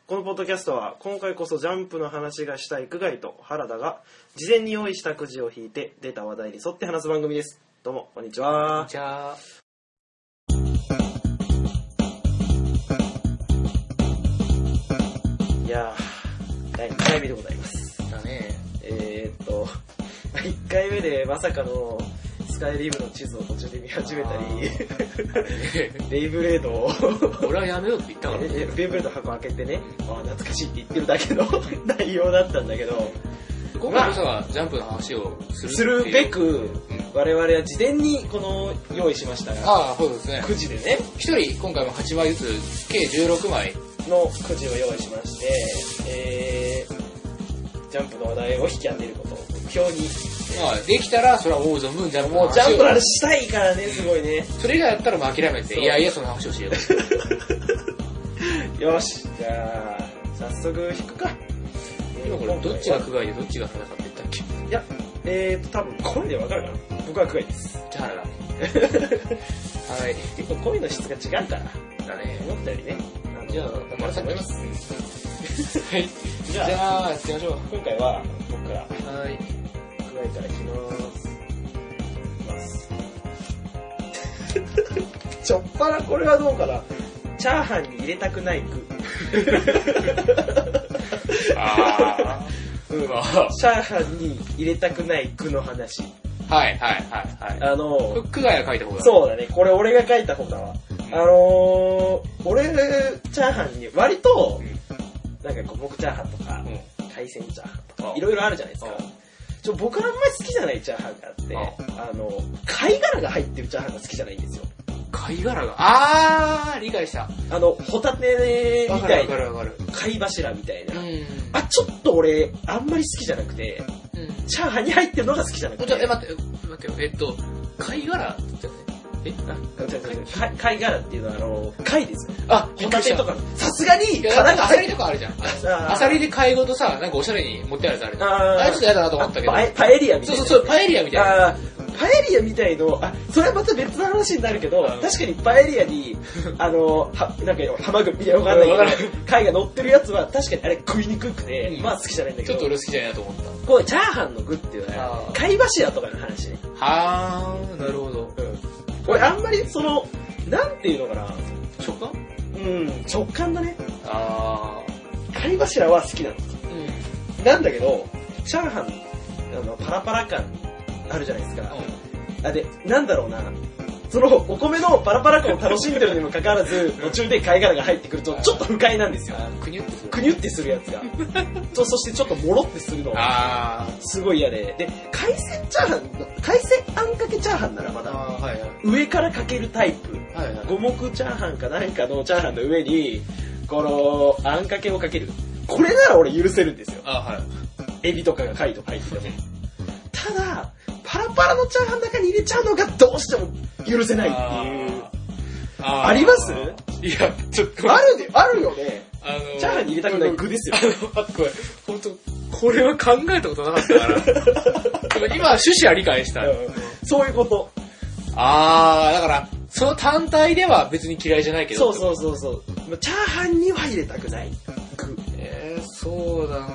このポッドキャストは今回こそジャンプの話がしたい久我井と原田が事前に用意したくじを引いて出た話題に沿って話す番組です。どうもこんにちは。 こんにちは。 いやー第2回目でございますだね。 1回目でまさかのスカイリムの地図を途中で見始めたりベイブレードを俺はやめようって言ったからね。 ベイブレード箱開けてね、懐かしいって言ってるだけの内容だったんだけど、 今回こそはジャンプの話をするべく、我々は事前にこの用意しましたが、 ああ、そうですね。 くじでね、 一人今回も8枚ずつ計16枚のくじを用意しまして、ジャンプの話題を引き当てることを目標に、 まあ、できたらそれは思う存分ジャンプの話を、 もうジャンプの話したいからね、すごいね。 それ以外やったらもう諦めて、いやいやその話をしようよし、じゃあ早速引くか。 今これどっちが久我井でどっちが原田って言ったっけ？ いや、多分声でわかるかな。僕は久我井です。 じゃあ原田。はい。 結構声の質が違うからだね。 思ったよりね。 じゃあ頑張りたいと思います。はい。じゃあやってみましょう。 今回は僕から。 はい。 久我井からいきます。ちょっぱなこれはどうかな。チャーハンに入れたくない具。 あチャーハンに入れたくない具の話。 はいはいはいはい。久我井が書いた方だ。 そうだね。これ俺が書いた方だわ。俺チャーハンに割と、なんか五目チャーハンとか、海鮮チャーハンとかいろいろあるじゃないですか。僕あんまり好きじゃないチャーハンがあって、貝殻が入ってるチャーハンが好きじゃないんですよ。 貝殻が理解した。 ホタテみたいな貝柱みたいな、ちょっと俺あんまり好きじゃなくて、チャーハンに入ってるのが好きじゃなくて。 待ってよ。貝殻って貝殻っていうのは貝ですよ。ホタテとかさすがに殻がアサリとかあるじゃん。アサリで貝ごとさ、なんかおしゃれに持ってあるやつあれちょっとやだなと思ったけど、 パエリアみたいな。 そうパエリアみたいな。 パエリアみたいの、それはまた別の話になるけど、確かにパエリアに、なんかハマグリみたいなわかんないけど、貝が乗ってるやつは確かにあれ食いにくくて、まあ好きじゃないんだけど。 ちょっと俺好きじゃないなと思った。 こうチャーハンの具っていうのは、貝柱とかの話ね。 なるほど。 俺あんまりなんていうのかな。 食感？ 食感だね。貝柱は好きなの。なんだけど、チャーハン、パラパラ感あるじゃないですか。で、なんだろうな。お米のパラパラ感を楽しんでるにもかかわらず、途中で貝殻が入ってくると、ちょっと不快なんですよ。くにゅってするやつが。そしてちょっとモロってするのが、すごい嫌で。で、海鮮あんかけチャーハンならまだ、上からかけるタイプ。五目チャーハンかなんかのチャーハンの上に、この、あんかけをかける。これなら俺許せるんですよ。エビとかが貝とか入ってても。ただ、パラパラのチャーハンの中に入れちゃうのがどうしても許せないっていう。あります？ いや、ちょっと。 あるよね。チャーハンに入れたくない具ですよ。 本当これは考えたことなかったから。今、趣旨は理解した。 そういうこと。 だから、その単体では別に嫌いじゃないけど。 そう。チャーハンには入れたくない具。 そうだな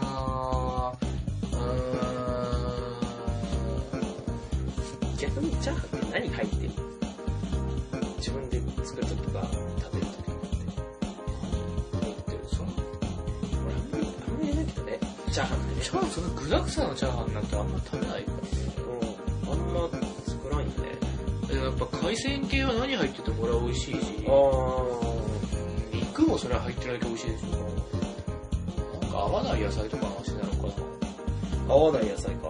逆にチャーハンって何入ってる？自分で作るときとか食べるときとかって入ってる。俺あんまり入れないけどね。チャーハンってね。 その具沢山のチャーハンなんてあんま食べないから。 あんま作らんよね。 やっぱ海鮮系は何入ってても俺は美味しいし。肉もそれは入ってないけど美味しいでしょ。なんか合わない野菜とかの話なのかな。 合わない野菜か。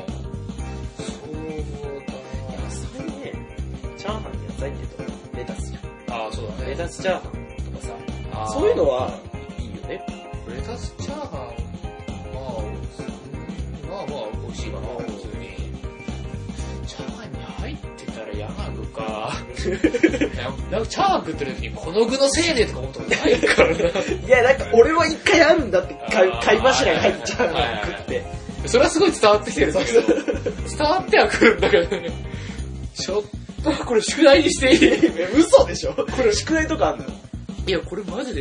チャーハンに野菜って言うとレタスじゃん。そうだね。レタスチャーハンとかさ、そういうのはいいよね。 レタスチャーハンまあ美味しいかな、普通に。チャーハンに入ってたら嫌な具か。なんかチャーハン食ってる時にこの具のせいでとか思ったことないからな。いや、なんか俺は一回あるんだって、貝柱が入っちゃうの食って。 それはすごい伝わってきてるんだけど、伝わってはくるんだけどね。ちょっとこれ宿題にしていい？ 嘘でしょ？これ宿題とかあんの？ いや、これマジで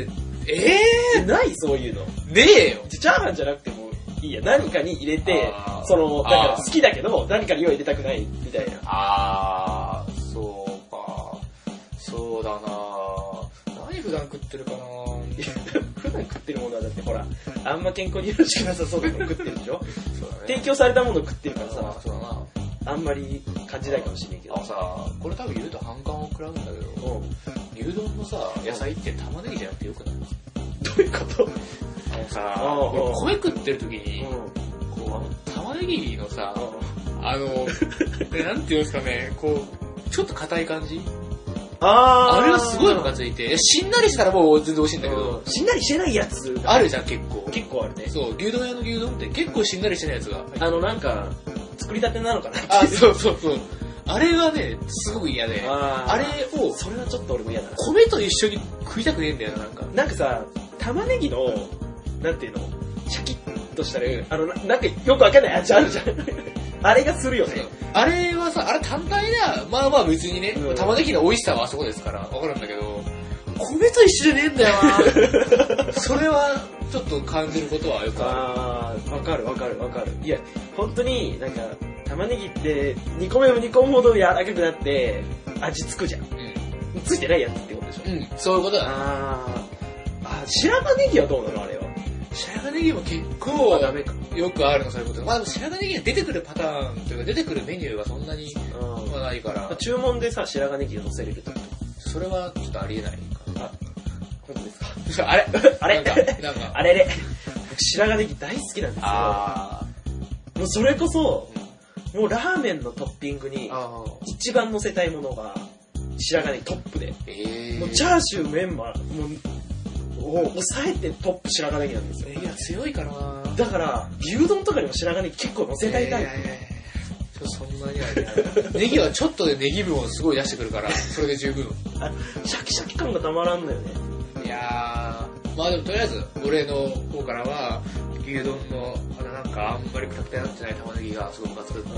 ないそういうの。 ねえよ。 チャーハンじゃなくてもいいや、何かに入れて、だから好きだけど、何かには入れたくないみたいな。 そうか。そうだな何普段食ってるかな普段食ってるものはだってほら、あんま健康によろしくなさそうなの食ってるでしょそうだね。 提供されたもの食ってるからさ、 そうだな。 あんまり感じないかもしれないけど。 これ多分言うと反感を食らうんだけど、牛丼のさ、野菜って玉ねぎじゃなくてよくない？ どういうこと？ 米食ってる時に、玉ねぎのさ、なんていうんですかね、ちょっと硬い感じ？あれがすごいムカついて、しんなりしたらもう全然美味しいんだけど、 しんなりしてないやつあるじゃん、結構。 結構あるね。 そう、牛丼屋の牛丼って結構しんなりしてないやつが。 なんか、作りたてなのかなそう。あれがね、すごく嫌で、あれを、 それはちょっと俺も嫌だな。 米と一緒に食いたくねえんだよな、なんか。 なんかさ、玉ねぎの、なんていうの、シャキッとしたる、なんかよくわかんない味あるじゃん。あれがするよね。 あれはさ、あれ単体では、まあまあ別にね、玉ねぎの美味しさはあそこですから、わかるんだけど、米と一緒じゃねえんだよなそれは、ちょっと感じることはよくある。 わかる。いや、本当になんか、玉ねぎって煮込めば煮込むほど柔らかくなって味つくじゃん。ついてないやつってことでしょ。 そういうことだ。 白髪ネギはどうなのあれは。 白髪ネギも結構ダメか。よくあるのそういうこと。まあでも白髪ネギが出てくるパターンというか出てくるメニューはそんなにはないから。 注文でさ白髪ネギを乗せれると。 それはちょっとありえないかな。 本当ですか。あれなんかあれ白髪ネギ大好きなんですよ。もうそれこそ、もうラーメンのトッピングに一番乗せたいものが白髪ネギトップで、もうチャーシューメンマを抑えてトップ白髪ネギなんですよ。 ネギは強いからな。 だから牛丼とかにも白髪ネギ結構乗せたいタイプ。そんなにはね。ネギはちょっとでネギ分をすごい出してくるから、それで十分。 シャキシャキ感がたまらんのよね。 いやまあでもとりあえず俺の方からは牛丼のなんかあんまりくたくたになってない玉ねぎがすごくムカつく。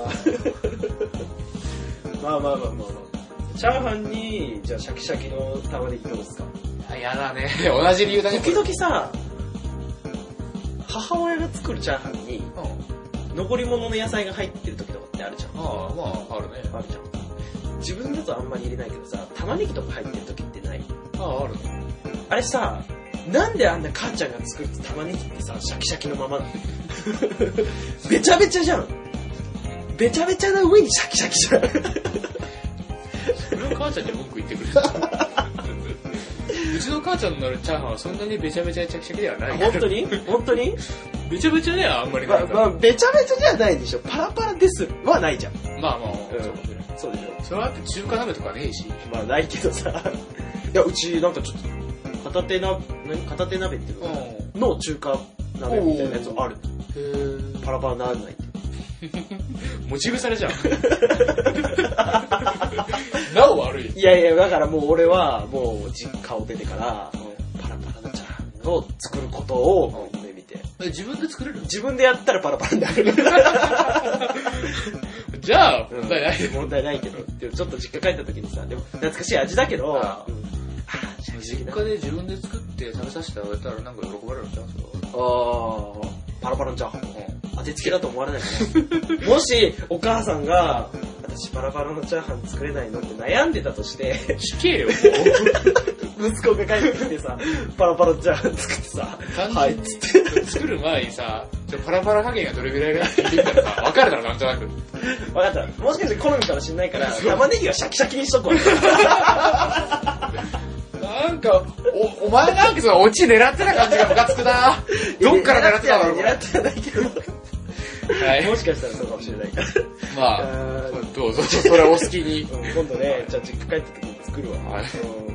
まあ。チャーハンにじゃあシャキシャキの玉ねぎどうですか？ やだね。同じ理由だね。 時々さ、母親が作るチャーハンに残り物の野菜が入ってる時とかってあるじゃん。 まああるね。 あるじゃん。自分だとあんまり入れないけどさ、玉ねぎとか入ってる時ってない？ あるね。 あれさ、なんであんな母ちゃんが作る玉ねぎってさ、シャキシャキのままなの？べちゃべちゃじゃん。べちゃべちゃな上にシャキシャキじゃん。 それは母ちゃんに文句言ってくれる。うちの母ちゃんのチャーハンはそんなにべちゃべちゃシャキシャキではない。 本当に？本当に？ べちゃべちゃではあんまりないから。 べちゃべちゃじゃないでしょ。パラパラですはないじゃん。 まあ、 そうでしょ。 それはあって中華鍋とかねえし。 まあないけどさ。いや、うちなんかちょっと片手鍋っていうの中華鍋みたいなやつある。パラパラにならない。 持ち腐れじゃん。なお悪い。 いや、だからもう俺はもう実家を出てから、パラパラなチャーハンを作ることを夢見て。 自分で作れる？ 自分でやったらパラパラになる。 じゃあ、問題ない。 問題ないけど。でもちょっと実家帰った時にさ、でも懐かしい味だけど、 実家で自分で作って食べさせてあげたらなんか喜ばれるんじゃん。 パラパラのチャーハン。当てつけだと思われないかな。もしお母さんが私パラパラのチャーハン作れないのって悩んでたとして聞けよ。 息子が帰ってきてさパラパラチャーハン作ってさはいっつって作る前にさパラパラ加減がどれぐらいか聞いてみたらさ分かるだろなんとなく。 分かった。もしかして好みかもしんないから玉ねぎはシャキシャキにしとこう。 なんかお前なんかそのオチ狙ってた感じがムカつくな。どっから狙ってたの？ 狙ってないけど。はい、もしかしたらそうかもしれないから。 まあ、どうぞ、それはお好きに。 今度ね、じゃあ実家帰った時に作るわ。はい。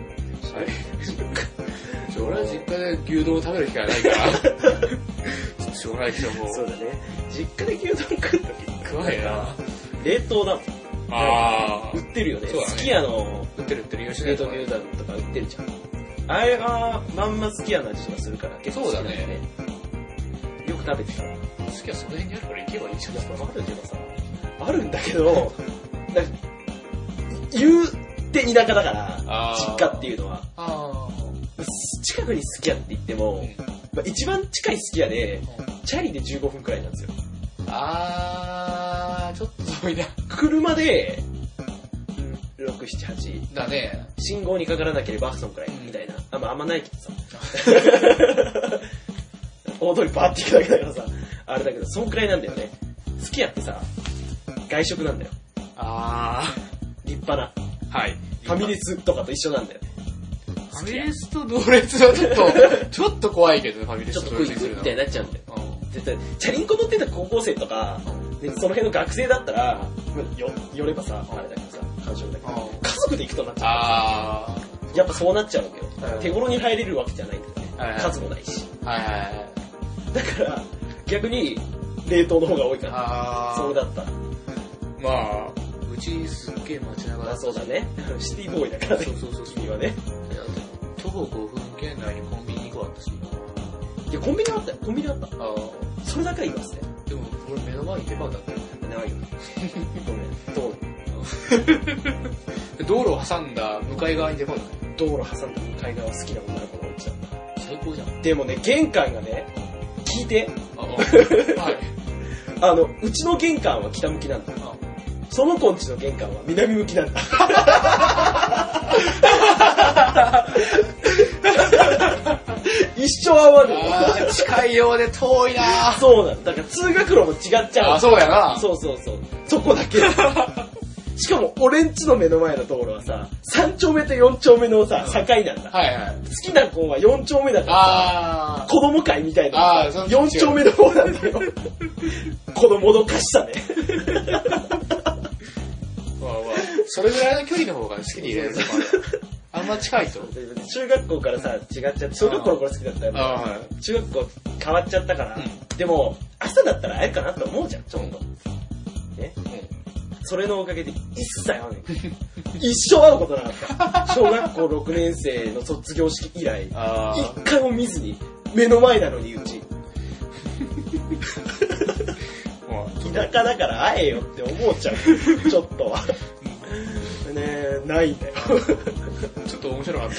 俺は実家で牛丼を食べる機会ないから。しょうがないけども。 そうだね。実家で牛丼食う時に食わねえな。 冷凍だもん。売ってるよね。すき家の売ってる冷凍牛丼とか売ってるじゃん。あれがまんますき家の味とかするから結構好きなんだよね。よく食べてた。 好きはその辺にあるから行けばいいじゃん。 あるけどさ、あるんだけど、言うて田舎だから、実家っていうのは。 近くにすき家って言っても、まあ、一番近いすき家で、チャリで15分くらいなんですよ。 ちょっと遠いな。 車で、6、7、8。 だね。 信号にかからなければそんくらいみたいな。あんまないけどさ。大通りバーって行くだけだからさ、あれだけど、そんくらいなんだよね。すき家ってさ、外食なんだよ。立派な。 はい。 ファミレスとかと一緒なんだよね。 ファミレスと同列はちょっと怖いけどね、ファミレスと同列するの。 ちょっとクイックみたいになっちゃうんだよ。絶対、チャリンコ乗ってた高校生とか、ね、その辺の学生だったら、寄ればさ、あれだけどさ、干渉だけど、家族で行くとなっちゃう。やっぱそうなっちゃうわけよ。手頃に入れるわけじゃないんだよね。数もないし。だから、逆に、冷凍の方が多いから。そうだった。 まあ、うちすっげえ街中だった。 そうだね。シティボーイだからね。 そう。 君はね。 徒歩5分圏内にコンビニ2個あったし。 いや、コンビニあったよ。コンビニあった。それだけは言いますね。 でも、俺目の前にデパートあったよ。 ないよ。 道路を挟んだ向かい側にデパートあったよ。道路挟んだ向かい側好きな女の子のうちだった。 最高じゃん。 でもね、玄関がね、聞いて。 はい。 うちの玄関は北向きなんだ。その子んちの玄関は南向きなんだ。一生合わぬ。 近いようで遠いな。 そうなんだ。だから通学路も違っちゃう。 そうやな。 そう。そこだけ。しかも、俺んちの目の前の道路はさ、3丁目と4丁目のさ、境なんだ。好きな子は4丁目だからさ、子供会みたいな。4丁目の方なんだよ。このもどかしさね。 それぐらいの距離の方が好きでいられるとかあんま近いと。 中学校からさ、違っちゃって、小学校の頃好きだったよ。中学校変わっちゃったから。でも、朝だったら会えるかなって思うじゃん、ちょっと。ね。それのおかげで一切会わない。一生会うことなかった。小学校6年生の卒業式以来、一回も見ずに、目の前なのにうち。田舎だから会えよって思っちゃう。ちょっとは。ね、ないんだよ。 ちょっと面白かった。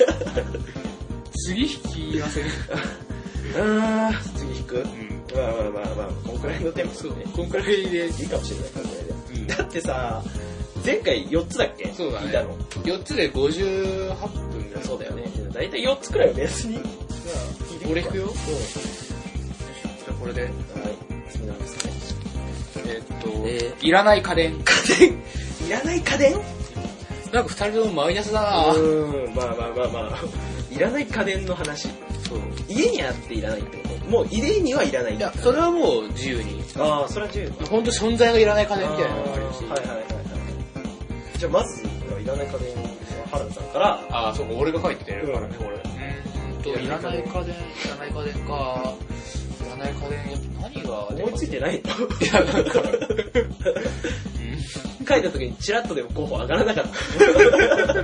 次引きません。 次引く？まあ、こんくらいのテンポですね。 こんくらいでいいかもしれない、こんくらいで。だってさ、前回4つだっけ？ そうだね。 いたの。 4つで58分だ。 そうだよね。だいたい4つくらいをベースに。 俺引くよ。じゃあこれで。はい。 次なんですね。 いらない家電。 いらない家電？ なんか2人ともマイナスだな。 まあ。いらない家電の話。そう。家にあっていらないってこと？もう家にはいらない。 いや、それはもう自由に。 それは自由。 ほんと存在がいらない家電みたいなのがあるし。はい。 じゃあまず、いらない家電は原田さんから。 そうか、俺が書いてるからね、これ。いらない家電か。いらない家電、何が思いついてないの？ いや、なんか。 書いた時にチラッとでも候補上がらなかった。いらない家電。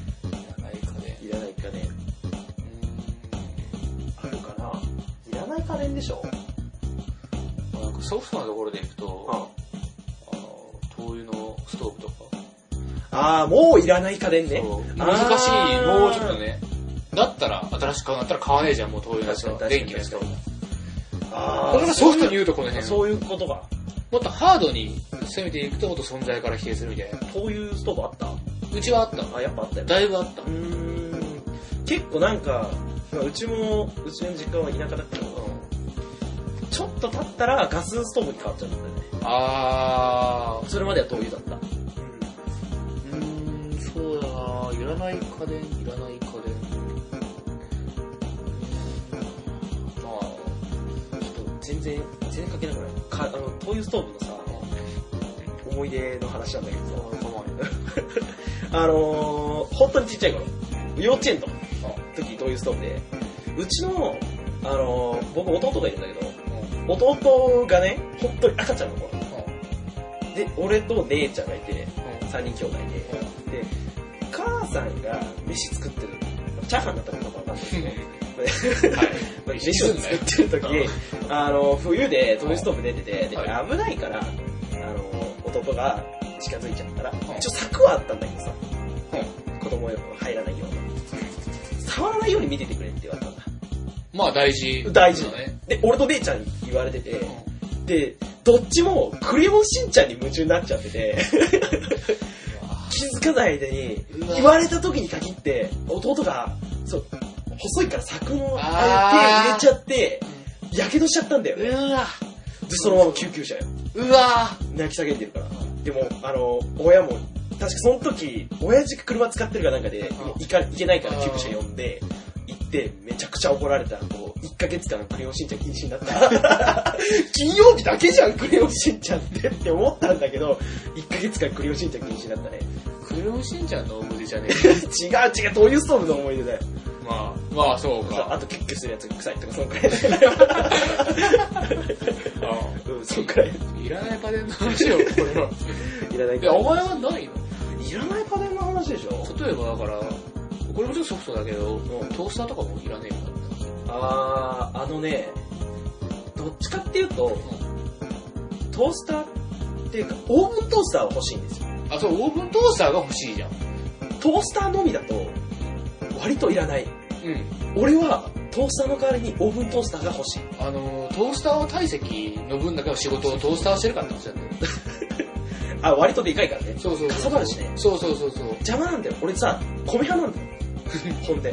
あるかな？いらない家電でしょ？ なんかソフトなところでいくと、灯油のストーブとか。 もういらない家電ね。 難しい、もうちょっとね。だったら、新しく買うんだったら買わねえじゃん、もう灯油のストーブ。電気のストーブ。これがソフトに言うとこの辺。 そういうことか。 もっとハードに攻めていくともっと存在から否定するみたいな。 灯油ストーブあった？ うちはあった。 やっぱあったよ。 だいぶあった。 結構なんか、うちの実家は田舎だけど、ちょっと経ったらガスストーブに変わっちゃうんだよね。それまでは灯油だった。 そうだな。いらない家電。 全然関係なくない？灯油ストーブのさ、思い出の話なんだけどさ、本当にちっちゃい頃、幼稚園の時灯油ストーブで、うちの、僕弟がいるんだけど、弟がね、本当に赤ちゃんの頃、で、俺と姉ちゃんがいて、3人兄弟で、母さんが飯作ってる、チャーハンだったかどうかわかんないけど、飯を作ってる時に、冬で灯油ストーブ出てて、で危ないから、弟が近づいちゃったら、一応柵はあったんだけどさ、子供入らないような。 触らないように見ててくれって言われたんだ。 まあ大事。 大事だね。で、俺と姉ちゃんに言われてて、で、どっちもクレヨンしんちゃんに夢中になっちゃってて、気づかない間に、言われた時に限って、弟が、そう、細いから柵の手入れちゃって、やけどしちゃったんだよね。で、そのまま救急車よ。泣き叫んでるから。でも、親も、確かその時、親父が車使ってるかなんかで、行けないから救急車呼んで、行って、めちゃくちゃ怒られた。1ヶ月間クレヨンしんちゃん禁止になった。金曜日だけじゃん、クレヨンしんちゃんって思ったんだけど、1ヶ月間クレヨンしんちゃん禁止になったね。 クレヨンしんちゃんの思い出じゃねえ。違う、トイユストーブの思い出だよ。 まあ、そうか。 あと、キュッキュするやつが臭いとか、そんくらいだよ。そんくらい。 いらない家電の話よ、これは。 いらない家電。 いや、お前はないの？ いらない家電の話でしょ？ 例えばだから、これもちょっとソフトだけど、トースターとかもいらねえかどっちかっていうと、トースターっていうか、オーブントースターは欲しいんですよ。 あ、そう、オーブントースターが欲しいじゃん。 トースターのみだと、割といらない。俺は、トースターの代わりにオーブントースターが欲しい。 トースターは体積の分だけの仕事をトースターしてるからなんですよね。 割とでかいからね。 そう。 かさばるしね。 そう。 邪魔なんだよ。俺さ、米派なんだよ。ほんで。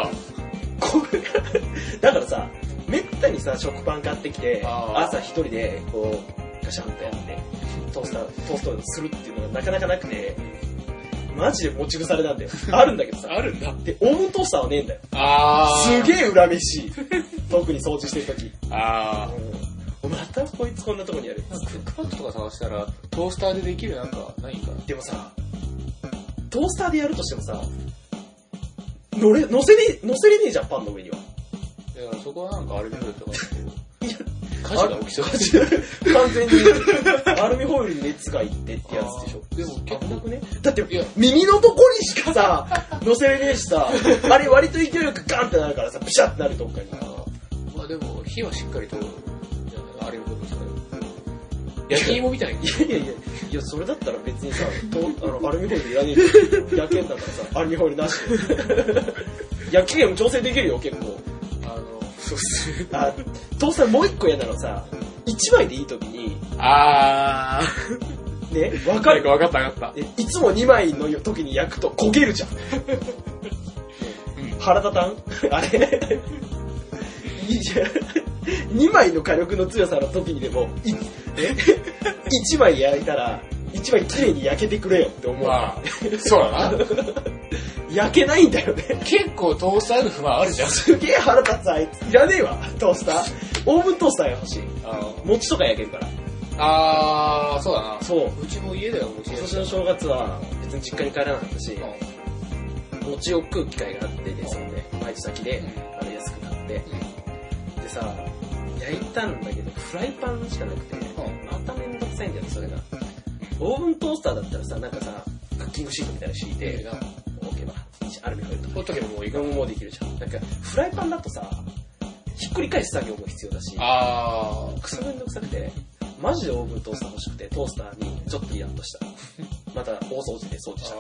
だからさ、めったにさ、食パン買ってきて、朝一人で、こう、ガシャンとやって、トーストするっていうのがなかなかなくて、マジで持ち腐れなんだよ。あるんだけどさ。 あるんだ。 で、オーブントースターはねえんだよ。すげえ恨めしい。特に掃除してるとき。またこいつこんなとこにやる。 クックパッドとか探したら、トースターでできるなんかないかな。 でもさ、トースターでやるとしてもさ、乗せれねえじゃん、パンの上には。 いや、そこはなんかアルミホイルとか火事が起きそう完全にアルミホイルに熱がいってってやつでしょ。 でも結構ね。だって耳のとこにしかさ、乗せれねえしさ、あれ割と勢いよくガンってなるからさ、ピシャってなるとこかに。 まあでも火はしっかりと、アルミホイルですから。焼き芋みたいに。 いや、それだったら別にさ、アルミホイルいらねえじゃん。焼けんだからさ、アルミホイルなしで。焼き加減も調整できるよ、結構。 そうっすね。 トースターもう一個嫌なのさ、1枚でいいときに、ね、わかる？ わかった。 いつも2枚の時に焼くと焦げるじゃん。腹立たん？あれいいじゃん。2枚の火力の強さの時にでも、1枚焼いたら、1枚綺麗に焼けてくれよって思う。 そうだな。 焼けないんだよね。 結構トースターの不満あるじゃん。 すげえ腹立つあいつ。いらねえわ、トースター。オーブントースターが欲しい。餅とか焼けるから。 そうだな。 そう。 うちも家では餅今年の正月は別に実家に帰らなかったし、餅を食う機会があってですよね。バイト先で安く買って。でさ、焼いたんだけど、フライパンしかなくて、まためんどくさいんだよ、それが。オーブントースターだったらさ、なんかさ、クッキングシートみたいなの敷いて、置けば、アルミホイルとか。 ほっとけばもういいかもうできるじゃん。なんか、フライパンだとさ、ひっくり返す作業も必要だし、クソめんどくさくて、マジでオーブントースター欲しくて、トースターにちょっとイラッとした。また大掃除で掃除した。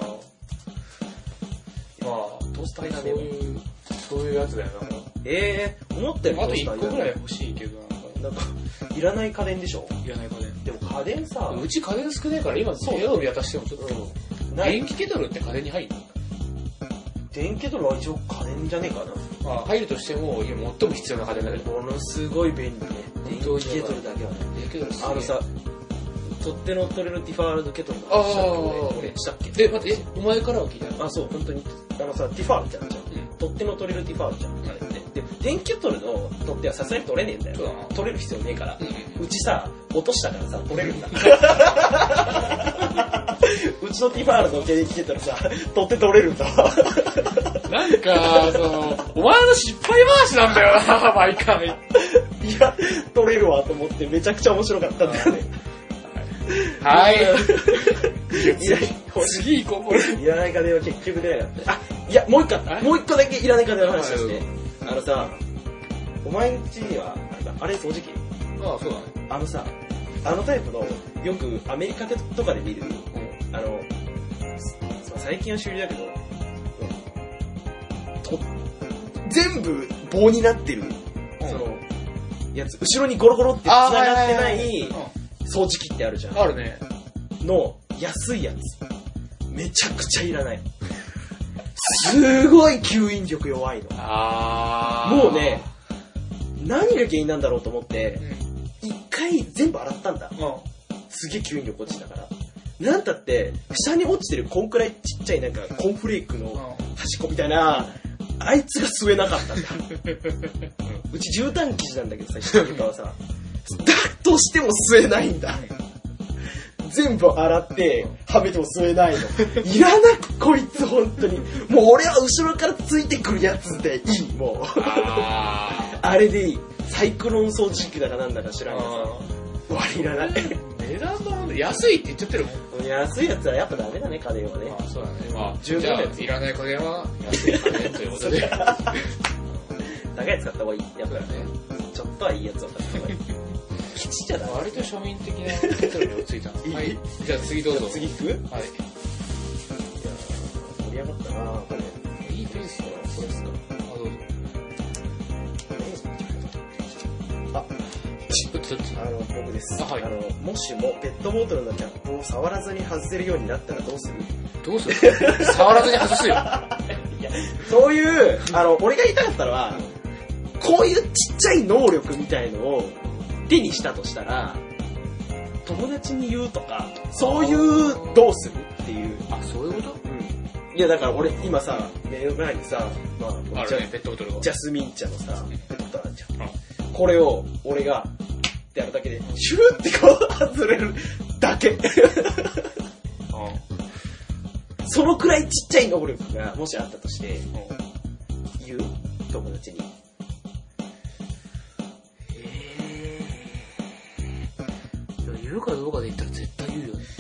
トースターいらねえ。 そういうやつだよな。 思ってるトースターあと1個ぐらい欲しいけどなんか、いらない家電でしょ？ いらない家電。 でも家電さ、 うち家電少ないから今部屋を見渡してもちょっと、電気ケトルって家電に入るの？ 電気ケトルは一応家電じゃねえかな。 入るとしても、今最も必要な家電だけど。 ものすごい便利ね。電気ケトルだけはね。さ、取っ手の取れるティファールドケトルの話したっけ？ 待って、お前からは聞いた？ そう、本当に。さ、ティファールってあるじゃん。取っ手の取れるティファールじゃん。あれって。で、電気ケトルの取っ手はさすがに取れねえんだよ。取れる必要ねえから。うちさ、落としたからさ、取れるんだ。うちのティファールの電気ケトルさ、取っ手取れるんだ。 なんか、お前の失敗話なんだよな、毎回。 いや、取れるわと思ってめちゃくちゃ面白かったんだよね。 はい。次行こう、これ。 いらない家電は結局出なかった。いや、もう一個だけいらない家電の話して。さ、お前ん家には、あれ掃除機？ そうだね。 さ、タイプの、よくアメリカとかで見る、最近は主流だけど、 全部棒になってる、そのやつ、後ろにゴロゴロって繋がってない掃除機ってあるじゃん。 あるね。 の安いやつ、めちゃくちゃいらない。すごい吸引力弱いの。もうね、何が原因なんだろうと思って一回全部洗ったんだ。すげえ吸引力落ちたから。なんだって下に落ちてるこんくらいちっちゃいなんかコーンフレークの端っこみたいな、あいつが吸えなかったんだ。うち絨毯生地なんだけどさ、下とかはさ、だとしても吸えないんだ。全部洗ってはめても吸えないの。いらなくこいつ本当に。もう俺は後ろからついてくるやつでいい。もうあれでいい。サイクロン掃除機だかなんだか知らんけどさ、割りいらない。 値段が安いって言っちゃってるもん。 安いやつはやっぱダメだね、家電はね。 そうだね。まあじゃあいらない家電は安い家電ということで。 高いやつ買った方がいい。やっぱりね。ちょっとはいいやつを買った方がいい。基地じゃない。 割と庶民的な結論に落ち着いた。はい。じゃあ次どうぞ。 次行く？ はい。いや盛り上がったなこれ。 いいペースだよ。 そうですか。 あ、どうぞ。 僕です。 はい。 もしもペットボトルのキャップを触らずに外せるようになったらどうする？ どうする？触らずに外すよ。いや、 そういう、俺が言いたかったのは、こういうちっちゃい能力みたいのを手にしたとしたら、友達に言うとか、そういうどうするっていう。 あ、そういうこと？ うん。いや、だから俺今さ、目の前にさ、まあ、 あるね、ペットボトルが。 ジャスミン茶のさ、ペットボトルあるじゃん。これを俺が、ってやるだけで、シューってこう外れるだけ。そのくらいちっちゃい能力がもしあったとして、言う？友達に。 言うかどうかで言ったら絶対言うよね。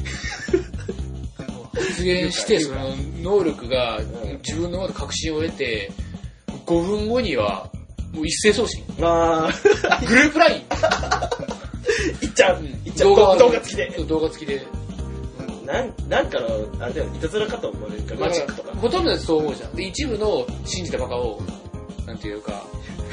発言してその能力が自分の中で確信を得て、5分後にはもう一斉送信。グループライン。 いっちゃう。動画付きで。 動画付きで。 なんかの、あれだよ、いたずらかと思われるから、マジックとか。 ほとんどのやつそう思うじゃん。で、一部の信じたバカを、なんていうか。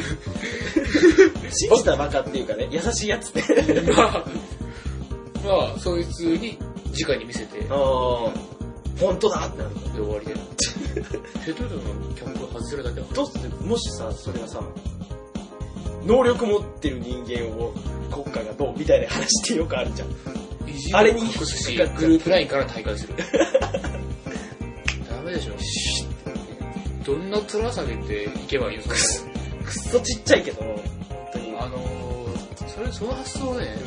信じたバカっていうかね、優しいやつって。 まあ、そいつに直に見せて。 本当だってなるの。 で終わりで。ペットボトルのキャップを外せるだけだ。 どうしてもしさ、それがさ、能力持ってる人間を国家がどうみたいな話ってよくあるじゃん。あれに隠すし、グループラインから大会する。ダメでしょ。どんな面下げていけばいいのか。 くっそちっちゃいけど、本当に。 その発想ね、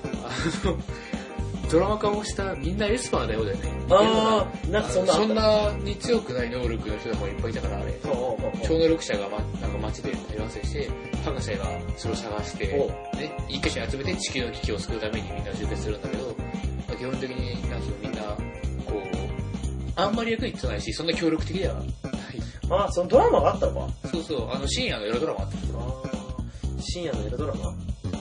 ドラマ化をしたみんなエスパーだよだよね。 なんかそんなに強くない能力の人もいっぱいいたから、あれ。超能力者がなんか街で対話して、博士がそれを探して、ね、一箇所に集めて地球の危機を救うためにみんな集結するんだけど、基本的にみんな、こう、あんまり役に立たないし、そんな協力的ではない。 そのドラマがあったのか？ そうそう、深夜のエロドラマあったけど。 深夜のエロドラマ？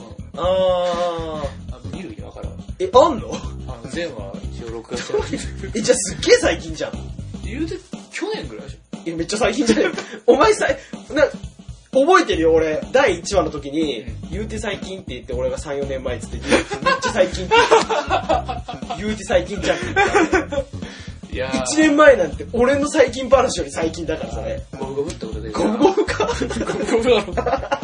見る意味わからん。 あんの？ 前話一応録画してる。 じゃあすっげえ最近じゃん。 言うて、去年ぐらいでしょ？ めっちゃ最近じゃねえ。お前覚えてるよ、俺。第1話の時に、言うて最近って言って、俺が3、4年前って言って、めっちゃ最近って言うて最近じゃんって言った。いや1年前なんて、俺の最近話より最近だから、それ。 ゴブゴブってことで。 ゴブゴブか？ゴブゴブだろ。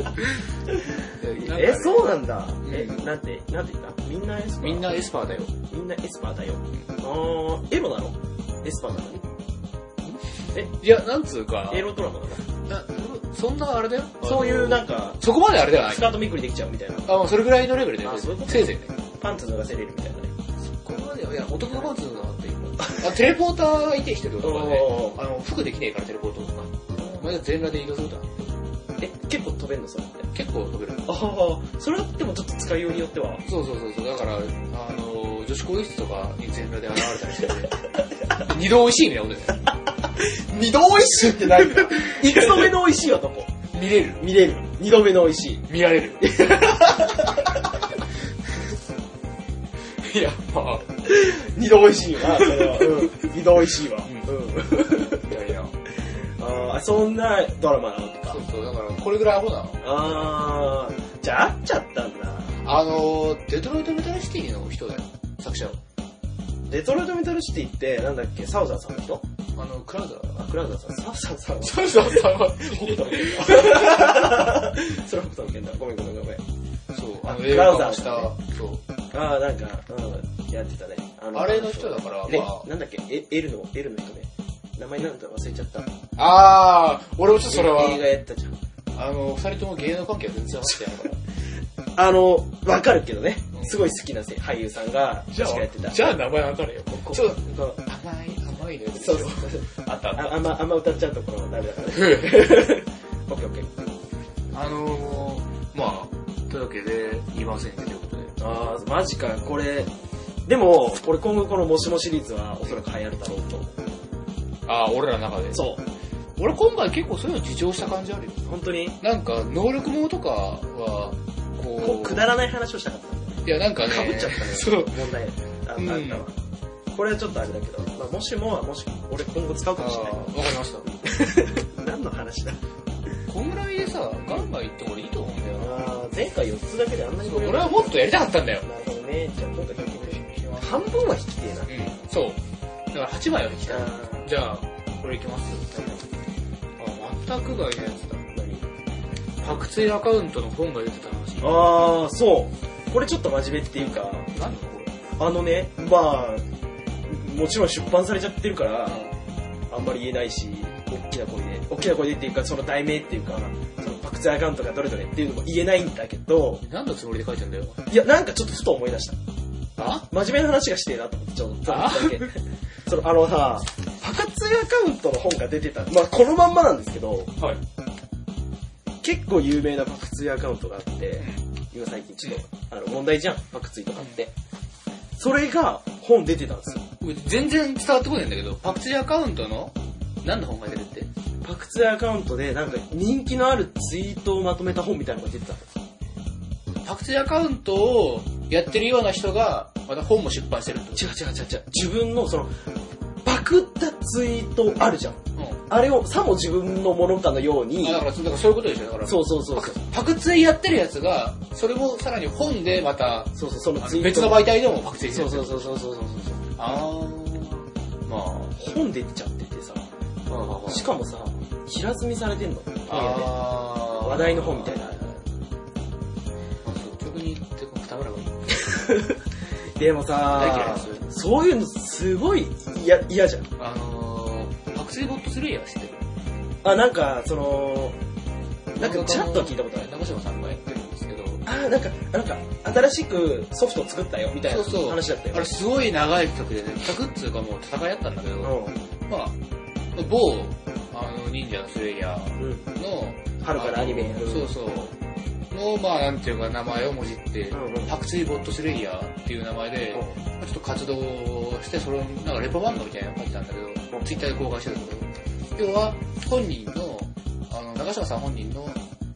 そうなんだ。なんて言った？みんなエスパー？ みんなエスパーだよ。 みんなエスパーだよ。エロなの？エスパーなのに？ いや、なんつうか。 エロドラマなの？ そんなあれだよ。 そういうなんか、 そこまであれではない。 スカートめくりできちゃうみたいな。 それぐらいのレベルで。 そういうこと？ せいぜいね。 パンツ脱がせれるみたいなね。 そこまでは、いや、男のパンツ脱がなって今。テレポーターがいて一人とかね。服できねえからテレポートとか。まだ全裸で移動するとな。 結構飛べんのそれって。 結構飛べる。 それはでもちょっと使いようによっては。 そう。だから、女子更衣室とかに全裸で現れたりしてね。二度美味しいみたいなことだよ。 二度美味しいって何だ？一度目の美味しいはどこ？ 見れる。 二度目の美味しい。 見られる。やっぱ。 二度美味しいわ、それは。二度美味しいわ。 いや。 そんなドラマなのとか。 そう、だからこれぐらいアホなの。じゃあ会っちゃったんだ。 デトロイトメタルシティの人だよ、作者は。 デトロイトメタルシティって、なんだっけ、サウザーさんの人？ クラウザー。 クラウザーさん。サウザーさんは。 サウザーさんは。 北斗の拳だ。それ北斗の拳だ。ごめん。 そう、 クラウザーした。そう。 なんか、やってたね。 あれの人だから、 なんだっけ、L の人ね。名前なんだか忘れちゃった。 俺もちょっとそれは。 映画やったじゃん。 二人とも芸能関係は全然分かってないから。 わかるけどね。すごい好きな俳優さんが、確かやってた。 じゃあ名前わかるよ。ちょっと、甘いね。 そう。 あった。 あんま歌っちゃうところダメだからね。オッケー。 まあ、というわけで、言いませんね、ということで。 マジか、これ。でも、俺今後このもしもシリーズはおそらく流行るだろうと。 俺らの中で。 そう。 俺今回結構そういうの自重した感じあるよ。 本当に？ なんか、能力ものとかは、 くだらない話をしたかったんだよ。 いや、なんかね。 かぶっちゃったね。 そう。 問題あったわ。これはちょっとあれだけど、もし俺今後使うかもしれない。 わかりました。 何の話だ？ こんぐらいでさ、ガンガンいって俺いいと思うんだよな。 前回4つだけであんなに俺はもっとやりたかったんだよ。 なるほどね。じゃあ今回半分は引きてえな。 そう。だから8枚は引きたい。じゃあ、これいきます。全く外のやつだ。パクツイアカウントの本が出てた話。 そう。これちょっと真面目っていうか、 何これ？もちろん出版されちゃってるから、あんまり言えないし、大きな声でっていうか、その題名っていうか、そのパクツイアカウントがどれどれっていうのも言えないんだけど、 何のつもりで書いてんだよ。 いや、なんかちょっとふと思い出した。真面目な話がしてえなと思って、ちょっとだけ。パクツイアカウントの本が出てた。このまんまなんですけど、 はい。 結構有名なパクツイアカウントがあって、今最近ちょっと、問題じゃん、パクツイとかって。それが本出てたんですよ。 全然伝わってこないんだけど、パクツイアカウントの何の本が出るって？ パクツイアカウントでなんか人気のあるツイートをまとめた本みたいなのが出てたんですよ。 パクツイアカウントをやってるような人がまた本も出版してるってこと？ 違う。自分のそのパクったツイートあるじゃん。あれをさも自分のものかのように。 だからそういうことでしょ。だからそう。 パクツイやってるやつがそれもさらに本でまたそのツイート別の媒体でもパクツイしてる。 そう。本出ちゃっててさ。しかもさ、平積みされてんの。話題の本みたいな。 率直に言ってくたぶらがいい。 でもさ、そういうのすごい嫌じゃん。 パクツイボット3は知ってる？ なんかチャット聞いたことある。 長島さんがやってるんですけど。 なんか新しくソフト作ったよみたいな話だったよ。 あれすごい長い曲でね、曲っつうかもう戦いあったんだけど、某忍者のスレイヤーの春からアニメのなんていうか名前をもじってパクツイボットスレイヤーっていう名前でちょっと活動して、それをなんかレポ漫画みたいなの書いてたんだけど、ツイッターで公開してるんだけど、要は本人の長嶋さん本人の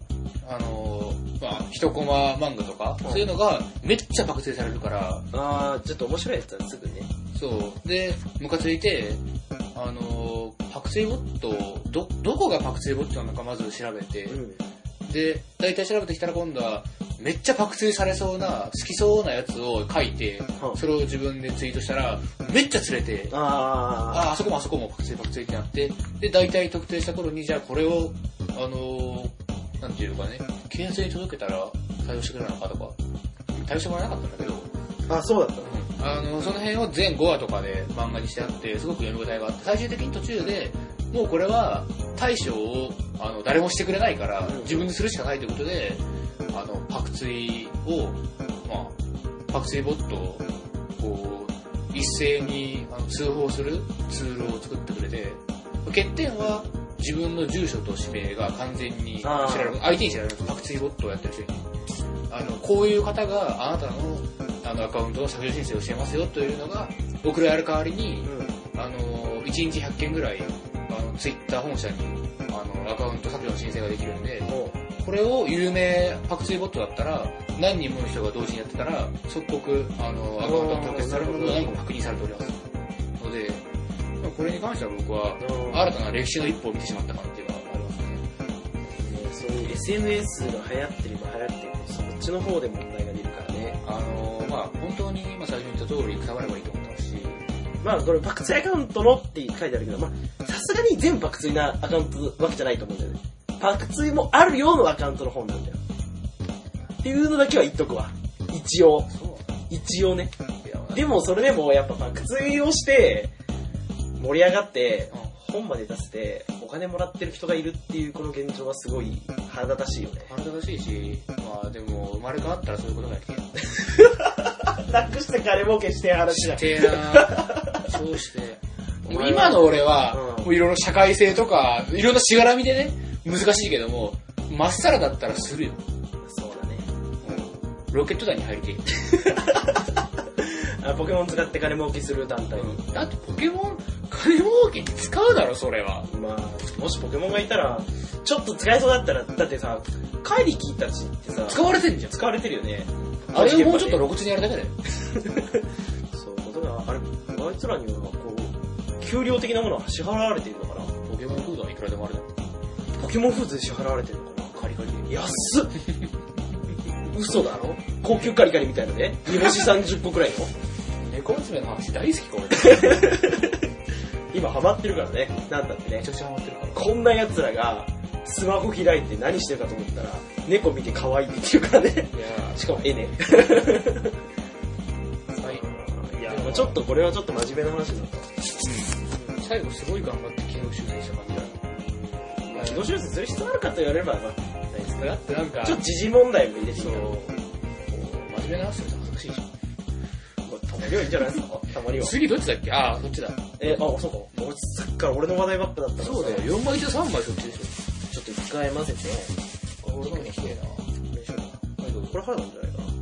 一コマ漫画とかそういうのがめっちゃパクツイされるから、 ちょっと面白いやつはすぐね。 そうでムカついてパクツイボットどこがパクツイボットなのかまず調べて、で大体調べてきたら今度はめっちゃパクツイされそうな好きそうなやつを書いて、それを自分でツイートしたらめっちゃ釣れて、あそこもパクツイってなって、で大体特定した頃にじゃあこれをなんていうかね、検察に届けたら対応してくれるのかとか、対応してもらえなかったんだけど、 そうだったの。その辺を全5話とかで漫画にしてあって、すごく読み応えがあって、最終的に途中でもうこれは対処を誰もしてくれないから自分でするしかないということで、パクツイをパクツイボットをこう一斉に通報するツールを作ってくれて、欠点は自分の住所と氏名が完全に知られる、相手に知られる、パクツイボットをやってる人にこういう方があなたのアカウントの削除申請をしてますよというのが送られる代わりに、1日100件ぐらいツイッター本社にアカウント削除の申請ができるんで、これを有名パクツイボットだったら何人もの人が同時にやってたら即刻アカウントが凍結されるのが何個も確認されておりますので、これに関しては僕は新たな歴史の一歩を見てしまったかなっていうのはそういう SNS が流行ってれば流行ってるそっちの方で問題が出るからね。 まあ本当に今最初に言った通り捕まればいいと思ってますし、 まあこれ爆睡アカウントのって書いてあるけど、まあさすがに全部爆睡なアカウントわけじゃないと思うんだよね。爆睡もあるようなアカウントの本なんだよ。っていうのだけは言っとくわ。一応ね。でもそれでもやっぱ爆睡をして盛り上がって本まで出してお金もらってる人がいるっていうこの現状はすごい腹立たしいよね。 腹立たしいし、まあでも生まれ変わったらそういうことがやってなくして金儲けして話だ。 してなそうして。今の俺は、もういろいろ社会性とか、いろんなしがらみでね、難しいけども、まっさらだったらするよ。 そうだね。 ロケット団に入りていい。 ポケモン使って金儲けする団体に。 だってポケモン、金儲けに使うだろ、それは。 まあ、もしポケモンがいたら、ちょっと使えそうだったら、だってさ、カイリキたちってさ、 使われてんじゃん。 使われてるよね。 あれをもうちょっと露骨にやるだけだよ。 そういうことが、あいつらには、こう、給料的なものは支払われてるのかな。 ポケモンフードはいくらでもあるだろ。 ポケモンフードで支払われてるのかな。カリカリで。安っ嘘だろ高級カリカリみたいので、煮干し30個くらいの。 猫娘の話大好きか俺。 今ハマってるからね。なんだってね。 めちゃくちゃハマってるから。 こんな奴らがスマホ開いて何してるかと思ったら猫見て可愛いって言うからね。いやしかも絵ね。はい。いやちょっとこれはちょっと真面目な話になった。 最後すごい頑張って軌道修正した感じだ。 軌道修正する必要あるかと言われればないですか。 だってなんかちょっと時事問題も入れてみよう。 真面目な話すると恥ずかしいじゃん。 たまにはいいんじゃないですか。たまには。 次どっちだっけ？ああ、そっちだ。 そうか。俺さっきから俺の話題ばっかだったから。 そうだよ。4枚中3枚そっちでしょ。 ちょっと一回混ぜて。 俺のにきてえな。 これ腹なんじゃないかな。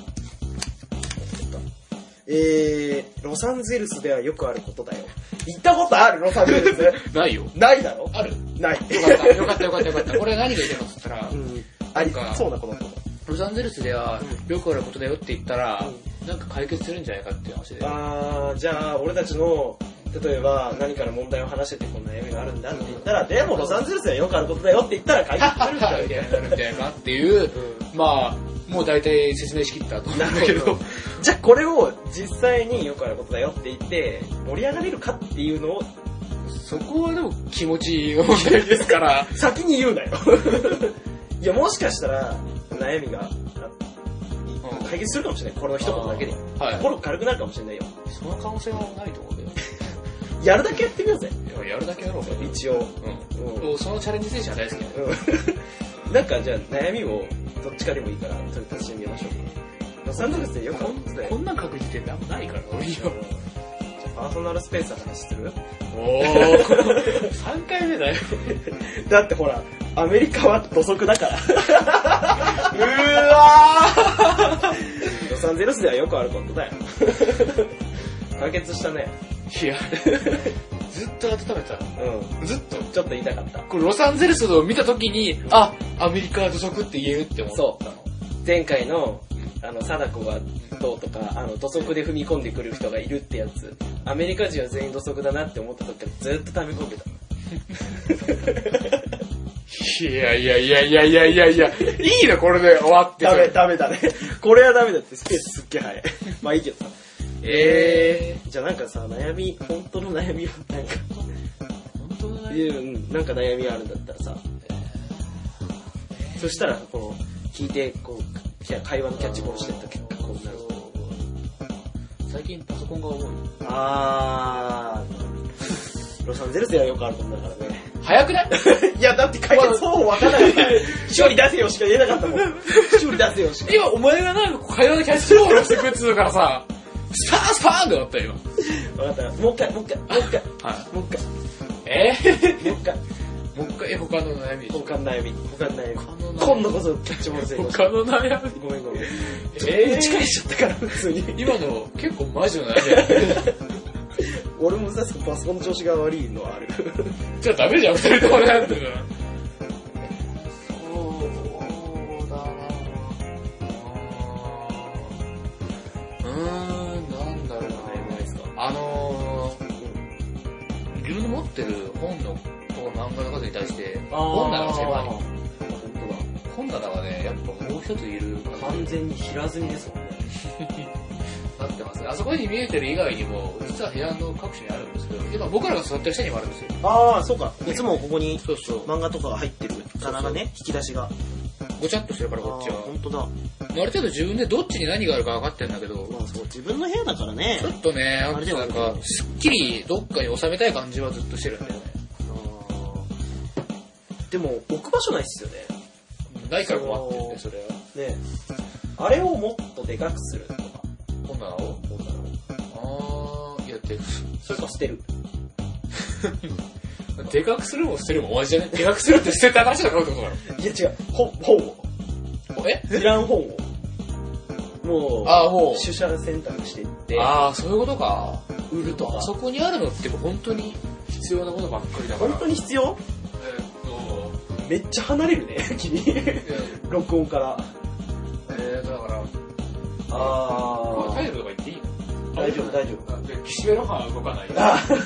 ロサンゼルスではよくあることだよ。行ったことあるロサンゼルスないよ。 ないだろ？ ある。 ない。 よかった。これ何が言ってますって言ったら、 ありそうなこと。 ロサンゼルスではよくあることだよって言ったら、なんか解決するんじゃないかっていう話で。 じゃあ俺たちの例えば何かの問題を話しててこんな悩みがあるんだって言ったら、でもロサンゼルスではよくあることだよって言ったら解決するんだよみたいなっていう、まあもう大体説明しきったと思うんだけど、 じゃあこれを実際によくあることだよって言って盛り上がれるかっていうのを、 そこはでも気持ちの問題ですから先に言うなよいやもしかしたら悩みが解決するかもしれない。この一言だけで心軽くなるかもしれないよ。 その可能性はないと思うけどやるだけやってみようぜ。 やるだけやろうぜ一応。 そのチャレンジ精神は大好きだよ。 なんかじゃあ悩みをどっちかでもいいからそれ立ち上げましょう。ロサンゼルスでよくこんなん書く時点であんまないから俺には。 じゃあパーソナルスペースの話する？ おー3回目だよだってほらアメリカは土足だからうわロサンゼルスではよくあることだよ解決したね。 いやずっと温めた。ずっとちょっと言いたかった。 これロサンゼルスを見たときに、あ、アメリカは土足って言えるって思ったの。 前回の貞子がどうとか土足で踏み込んでくる人がいるってやつ、アメリカ人は全員土足だなって思った時からずっと溜め込んでたいや、いいのこれで終わって。 ダメだねこれはダメだって。スペースすっげえ早いまあいいけどさ。じゃあなんかさ、本当の悩みをなんか本当の悩みなんか悩みがあるんだったらさ、そしたらこう聞いてこう会話のキャッチボールしてった結果こうなる。 最近パソコンが重い。 ロサンゼルスではよくあることだからね。 早くないいやだって解決方法わからないから修理出せよしか言えなかったもん修理出せよしか。 今お前がなんか会話のキャッチボールしてくれって言うからさスパーンってなったよ今。分かった。もう一回。はい。もう一回。 もう一回他の悩み。 他の悩み。今度こそキャッチボールせよ。 他の悩み。 ごめん。打ち返しちゃったから普通に。 今の結構マジの悩み。 俺もさパソコンの調子が悪いのはある。 じゃあダメじゃん二人とも悩んでるから。なんだろうな。自分の持ってる本の漫画の数に対して本棚が狭い。 棚はね、やっぱもう一ついる。 完全に平積みですもんね。 なってますね。あそこに見えてる以外にも、実は部屋の各所にあるんですけど、今僕らが座ってる下にもあるんですよ。 ああ、そうか。いつもここに漫画とかが入ってる棚がね、引き出しが。 ごちゃっとしてるからこっちは。 本当だ。 ある程度自分でどっちに何があるか分かってるんだけど、 まあそう、自分の部屋だからね。 ちょっとね、なんか、すっきりどっかに収めたい感じはずっとしてるんだよね。 でも、置く場所ないっすよね。 ないから困ってるんで、それは。 ね、あれをもっとでかくするとか。 本棚をいや、 それか捨てる。 でかくするも捨てるも同じじゃね？でかくするって捨てた話だからってことだろ。 いや違う、本を。いらん本を。もう、取捨選択していって。 ああ、そういうことか。 売るとか。 あそこにあるのって本当に必要なことばっかりだから。 本当に必要？めっちゃ離れるね、君。録音から。 だから、タイトルとか言っていいの？ 大丈夫、大丈夫。 岸辺露伴は動かない。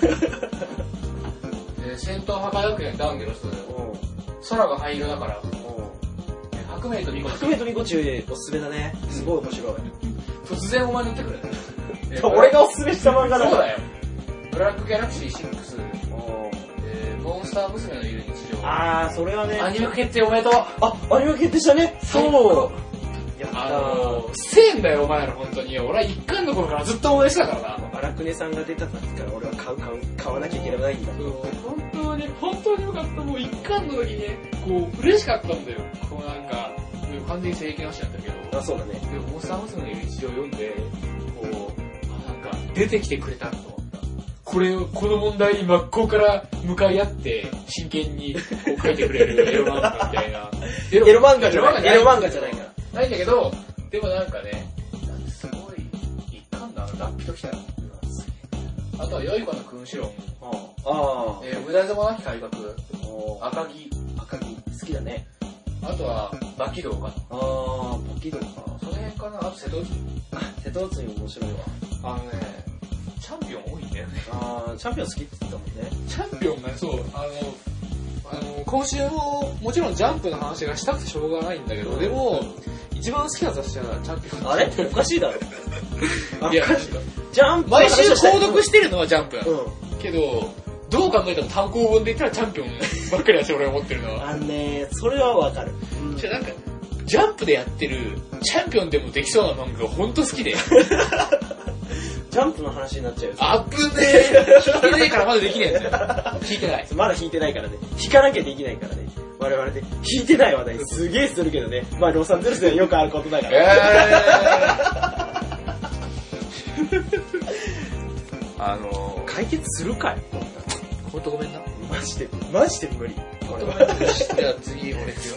先頭破壊学園ダウンゲの人で、空が灰色だから、白明とニコ中。 白明とニコ中おすすめだね。すごい面白い。 突然お前乗ってくるね。 俺がおすすめした漫画だ。 そうだよ。ブラックギャラクシー6、モンスター娘のいる日常。 あー、それはね。 アニメ決定おめでとう。 あ、アニメ決定したね。そう。 やったせえんだよ、お前ら、本当に。俺は一巻の頃からずっと応援してたからな。 荒くねさんが出た時から俺は買わなきゃいけないんだ。 本当によかった。もう一巻の時ね、こう、嬉しかったんだよ。こうなんか、完全に正義なしなんだけど。 あ、そうだね。 でも、モンスター娘のいる日常を読んで、こう、なんか、出てきてくれたと思った。この問題に真っ向から向かい合って、真剣にこう書いてくれるエロ漫画みたいな。 エロ漫画じゃない。エロ漫画じゃないから。 ないんだけど、でもなんかね、すごい、一巻だな、脱皮ときたら。あとは、良い子の君主論。無駄様なき改革。赤木。好きだね。あとは、バキ道かな。 バキ道か。 その辺かな。あと、瀬戸内。 瀬戸内面白いわ。 チャンピオン多いんだよね。 チャンピオン好きって言ったもんね。 チャンピオンね、そう。今週も、もちろんジャンプの話がしたくてしょうがないんだけど、でも、一番好きな雑誌はチャンピオン。 あれおかしいだろ。 いや、 ジャンプ毎週購読してるのはジャンプ。けど、どう考えても単行本で言ったらチャンピオンばっかりだし、俺が思ってるのは。 それはわかる。 じゃあなんか、ジャンプでやってるチャンピオンでもできそうな漫画がほんと好きで。 ジャンプの話になっちゃうよ。 あぶねえ。聞いてねえからまだできないんだよ。聞いてない。 まだ弾いてないからね。弾かなきゃできないからね。我々で弾いてない話題すげえするけどね。まあロサンゼルスではよくあることだから。解決するかい？ ほんとごめんな。 マジで無理。 ほんとごめんな。じゃあ次俺行くよ。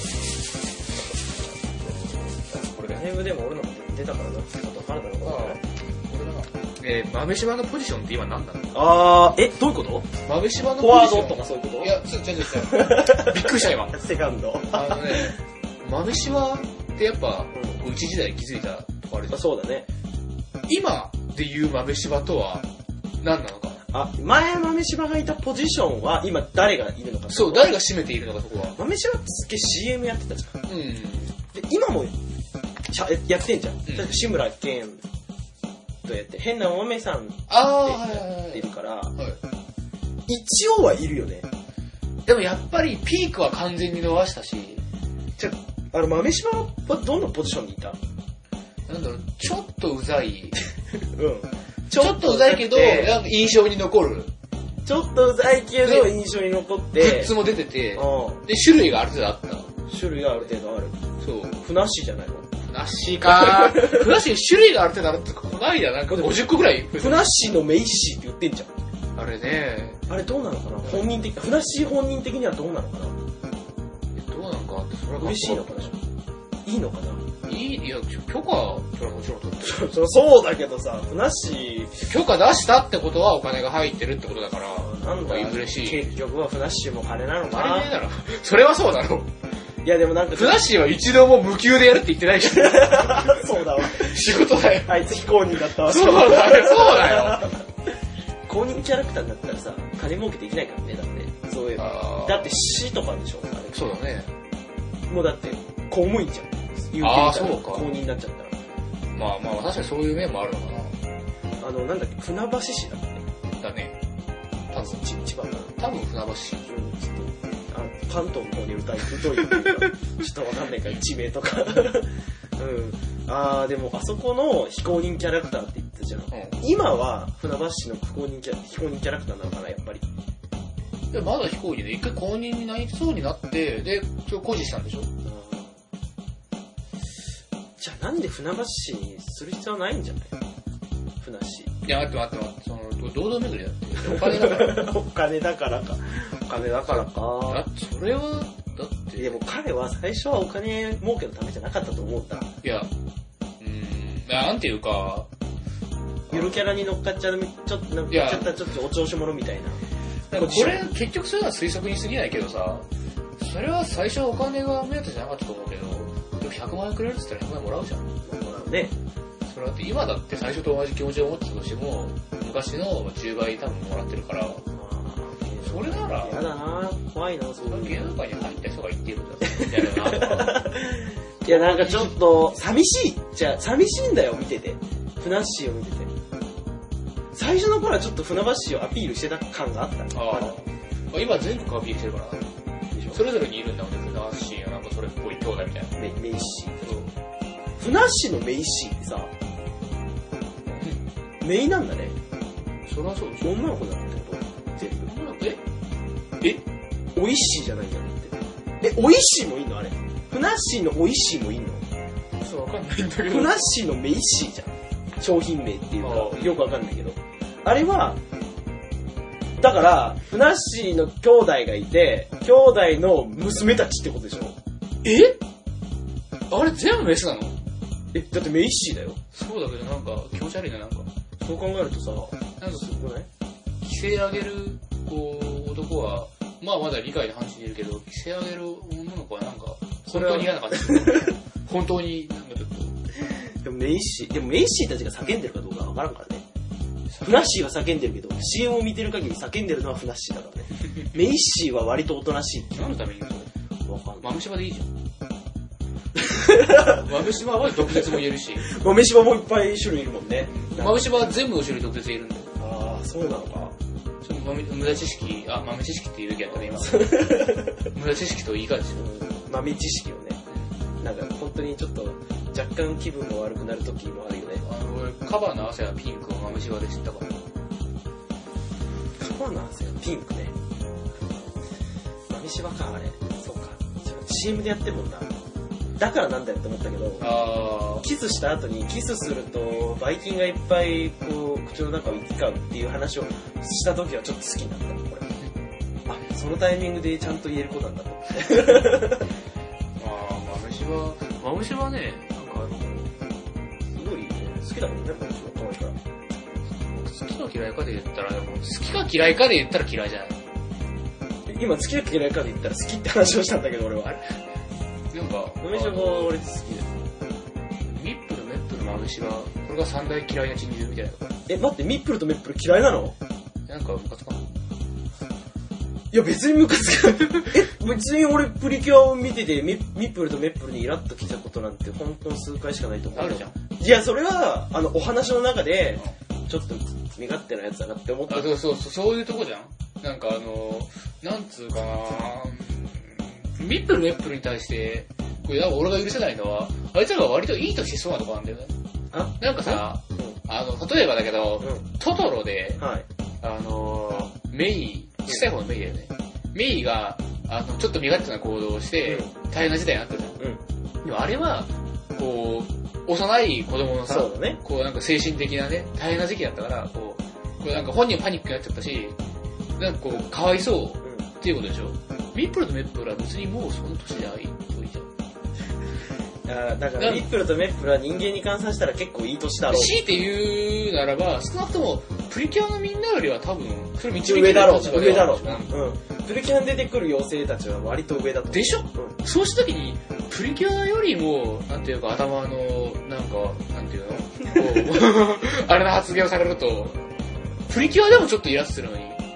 これだいぶでも俺の出たからな。あと原田のことだね。 豆柴のポジションって今何なの？ どういうこと？ 豆柴のポジション。 フォワードとかそういうこと？ いや、違う。びっくりした今。 セカンド。 豆柴ってやっぱ、うち時代気づいたとこあるじゃん。 そうだね。 今で言う豆柴とは何なのか？ 前豆柴がいたポジションは今誰がいるのか？ そう、誰が占めているのかそこは。 豆柴ってすっげえ CM やってたじゃん。で、今もやってんじゃん。志村けんとやって変なお豆さんってやってるから、一応はいるよね。 でもやっぱりピークは完全に逃したし、 豆柴はどんなポジションにいた？ なんだろう、ちょっとうざい。 ちょっとうざいけど、 印象に残る。 ちょっとうざいけど、印象に残って。 グッズも出てて、で、種類がある程度あった。 種類がある程度ある。そう。ふなっしーじゃないの？ ふなっしーかー。ふなっしー種類がある程度あるってこの間なんか50個ぐらい。 ふなっしーのメイシーって言ってんじゃん。 あれね。 あれどうなのかな？本人的、ふなっしー本人的にはどうなのかな？ どうなのかってそれは嬉しいのかな？いいのかな？ いや、許可は、それはもちろん取ってる。そうだけどさ、ふなっしー。 許可出したってことはお金が入ってるってことだから、 なんだ嬉しい。 結局はふなっしーも金なのかな？ 金ねえだろ。それはそうだろ。 いやでもなんか、 ふなっしーは一度も無給でやるって言ってないし。 そうだわ。 仕事だよ。 あいつ非公認だったわ。 そうだよ、そうだよ。 公認キャラクターだったらさ、金儲けできないからね、だって。そういう。だって死とかでしょ、 そうだね。 もうだって、 公務員じゃん。 ああ、そうか。 公認になっちゃったら。 まあまあ、確かにそういう面もあるのかな。 なんだっけ、船橋市だっけ。 だね。 多分、千葉かな。 多分船橋市。 関東の方に疎いっていうか、ちょっとわかんないから、地名とか。うん。でも、あそこの非公認キャラクターって言ったじゃん。今は、船橋市の非公認キャラクターなのかな、やっぱり。 でまだ非公認で、一回公認になりそうになって、で、誇示したんでしょ。 じゃあなんで船橋市にする必要はないんじゃない？船市。 いや、待って。堂々巡りだって。お金だから。 お金だからか。 だってそれは、だって。 でも彼は最初はお金儲けのためじゃなかったと思うんだ。 いや、なんていうか、 ゆるキャラに乗っかっちゃう、ちょっとお調子者みたいな。 これ、結局そういうのは推測に過ぎないけどさ、それは最初はお金が目当てじゃなかったと思うけど、でも100万円くれるって言ったら100万円もらうじゃん。 もらうね。 それだって今だって最初と同じ気持ちを持ってたとしても、昔の10倍多分もらってるから、それなら、 やだな怖いなそれ。 芸能界に入った人が言ってるんだみたいな。 いやなんかちょっと、寂しいんだよ、見てて。船橋市を見てて。最初の頃はちょっと船橋市をアピールしてた感があったんだ。 今全国アピールしてるからな。それぞれにいるんだもんね、船橋市やなんかそれっぽい兄弟みたいな。 メイシー。船橋市のメイシーってさ、メイなんだね。 そりゃそうでしょ。 女の子だってこと全部。おいしいじゃないんだって。おいしいもいんのあれ。ふなっしーのおいしいもいんの？ そう、わかんないんだけど。 ふなっしーのメイシーじゃん。商品名っていうか、よくわかんないけど。あれは、だから、ふなっしーの兄弟がいて、兄弟の娘たちってことでしょ？ あれ全部メスなの？ だってメイシーだよ。 そうだけどなんか気持ち悪いな、なんか。 そう考えるとさ、 なんかすごくない？ 規制上げる、男は、まあまだ理解の範疇にいるけど、規制上げる女の子はなんか、本当に嫌な感じ。本当になんかちょっと。 でもメイシーたちが叫んでるかどうかわからんからね。ふなっしーは叫んでるけど、CM を見てる限り叫んでるのはふなっしーだからね。メイシーは割とおとなしいっていう。 何のために言うの？ わかんない。 マムシバでいいじゃん。マムシバは毒舌も言えるし。 マムシバもいっぱい種類いるもんね。 マムシバは全部の種類毒舌言えるんだよ。 ああ、そうなのか。 無駄知識、豆知識って言うべきやったね、今。無駄知識と言い換えですよ。 豆知識をね。なんか本当にちょっと若干気分が悪くなる時もあるよね。 俺、カバーの汗はピンクをマムシバで知ったから。 カバーの汗はピンクね。豆シバか、あれ。そうか。CM でやってるもんな。だからなんだよって思ったけど、キスした後にキスするとばい菌がいっぱいこう口の中を行き交うっていう話をした時はちょっと好きになったこれ。そのタイミングでちゃんと言えることなんだと思って。 マムシバね、なんかすごい好きだもんね、マムシバ可愛いから。 好きか嫌いかで言ったら、でも好きか嫌いかで言ったら嫌いじゃない。 今好きか嫌いかで言ったら好きって話をしたんだけど俺は。 なんか、 マムシバは俺好きです。 ミップル、メップル、マムシバ、これが三大嫌いな珍獣みたいな。 待って、ミップルとメップル嫌いなの？ なんかムカつかない？ いや別にムカつかない。別に俺プリキュアを見ててミップルとメップルにイラッと来たことなんて本当に数回しかないと思う。 あるじゃん。 いやそれはお話の中でちょっと身勝手なやつだなって思った。 そういうとこじゃん。なんかなんつうかな、ミップルメップルに対してこれ俺が許せないのはあいつらが割といいとしそうなとこなんだよね。なんかさ、例えばだけど、トトロで、メイ、小さい方のメイだよね。メイがちょっと身勝手な行動をして大変な事態になったじゃん。でもあれはこう幼い子供のさ、こうなんか精神的なね大変な時期だったからこうなんか本人パニックになっちゃったし、なんかこうかわいそうっていうことでしょ。ミップルとメップルは別にもうその年でいいといいじゃん。 だからミップルとメップルは人間に換算したら結構いい年だろう。 強いて言うならば少なくともプリキュアのみんなよりは多分それ導き上だろう。プリキュアに出てくる妖精たちは割と上だと。 でしょ、そうした時にプリキュアよりもなんていうか頭のなんかなんていうのこうあれな発言をされるとプリキュアでもちょっとイラッとするのに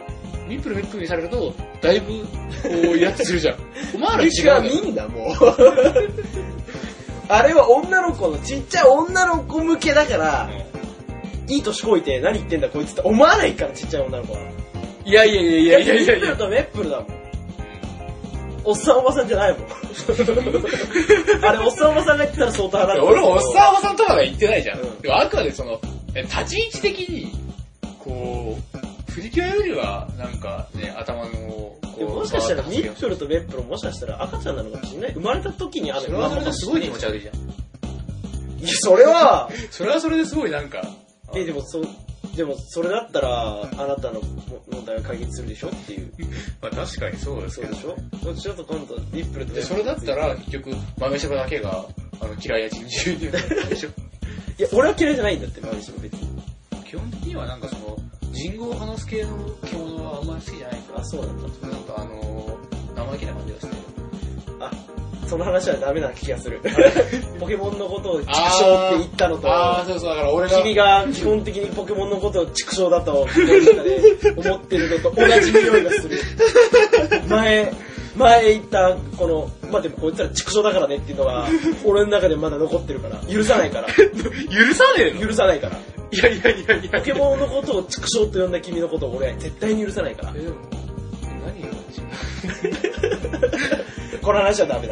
ミップルにされると、だいぶ、こう、イラッとするじゃん。お前ら違う。 見んな、もう。あれは女の子の、ちっちゃい女の子向けだから、いい年こいて何言ってんだこいつって思わないから、ちっちゃい女の子は。 いや。ミップルとメップルだもん。おっさんおばさんじゃないもん。あれ、おっさんおばさんが言ったら相当払ってる。 俺もおっさんおばさんとかが言ってないじゃん。でもあくまでその、立ち位置的に、こう、プリキュアよりは、なんかね、頭の、こう、 もしかしたらミップルとメップルもしかしたら赤ちゃんなのかもしれない。生まれた時にそれはそれですごい気持ち悪いじゃん。 いや、それはそれですごいなんか。 でもそれだったら、あなたの問題が解決するでしょっていう。 まあ確かにそうですけど。 そうでしょ？ちょっと今度、ミップルとメップル。 それだったら、結局、豆柴だけが、嫌いや人獣になるでしょ。 いや、俺は嫌いじゃないんだって、豆柴別に。 基本的にはなんかその、人語を話す系の獣はあんまり好きじゃないから。 あ、そうなんだ。 なんか生意気な感じがして。 あ、その話はダメな気がする。ポケモンのことを畜生って言ったのと、 そうだから俺が君が基本的にポケモンのことを畜生だと思ってるのと同じ匂いがする。前言った、まあ、でもこいつら畜生だからねっていうのは、俺の中でまだ残ってるから、許さないから。 許さねえの？ 許さないから。 いや。 ポケモンのことを畜生と呼んだ君のことを俺絶対に許さないから。 でも、何がこの話はダメだ。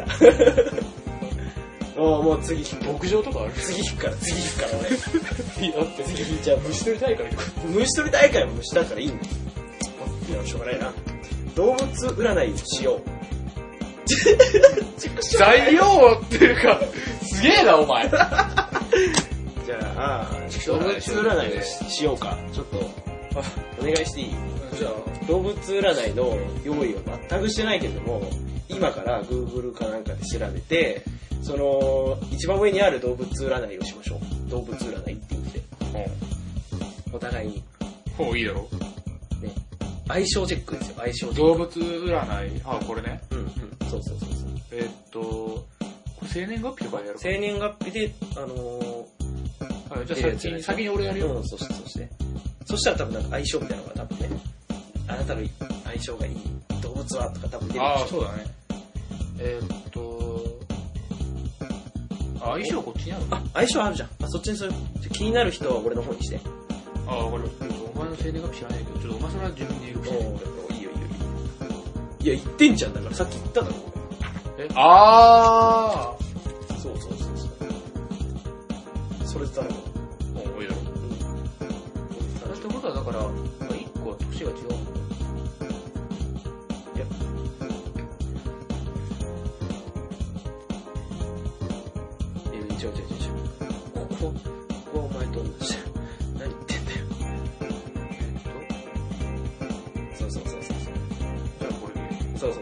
もう次、 牧場とかある？ 次引くから俺。 だって次引いちゃう。 虫取り大会とか。 虫取り大会は虫だからいいんだ。いや、しょうがないな。動物占いをしよう。 材料っていうか、すげえな、お前。 じゃあ、動物占いをしようか。ちょっと、お願いしていい？じゃあ、動物占いの用意は全くしてないけれども、今から Google かなんかで調べて、一番上にある動物占いをしましょう。動物占いって言って。お互いに。 いいだろう。 ね。相性チェックですよ、相性チェック。 動物占い。これね。 そう。 生年月日とかやるか。 生年月日で、 じゃあ先に俺やるよ。 そして。そしたら多分なんか相性みたいなのが多分ね、あなたの相性がいい動物はとか多分出てくる。 そうだね。相性こっちにある？ 相性あるじゃん。そっちに気になる人は俺の方にして。 わかる。お前の生年月日知らないけど、ちょっとお前それは自分で言うし。 いいよ。いや、言ってんじゃん。だからさっき言っただろ。そう。それだろ。 いいだろ。ってことはだから、1個は年が違う。 いや。違う。ここはお前と同じだよ。何言ってんだよ。そう。じゃあこれ。そう。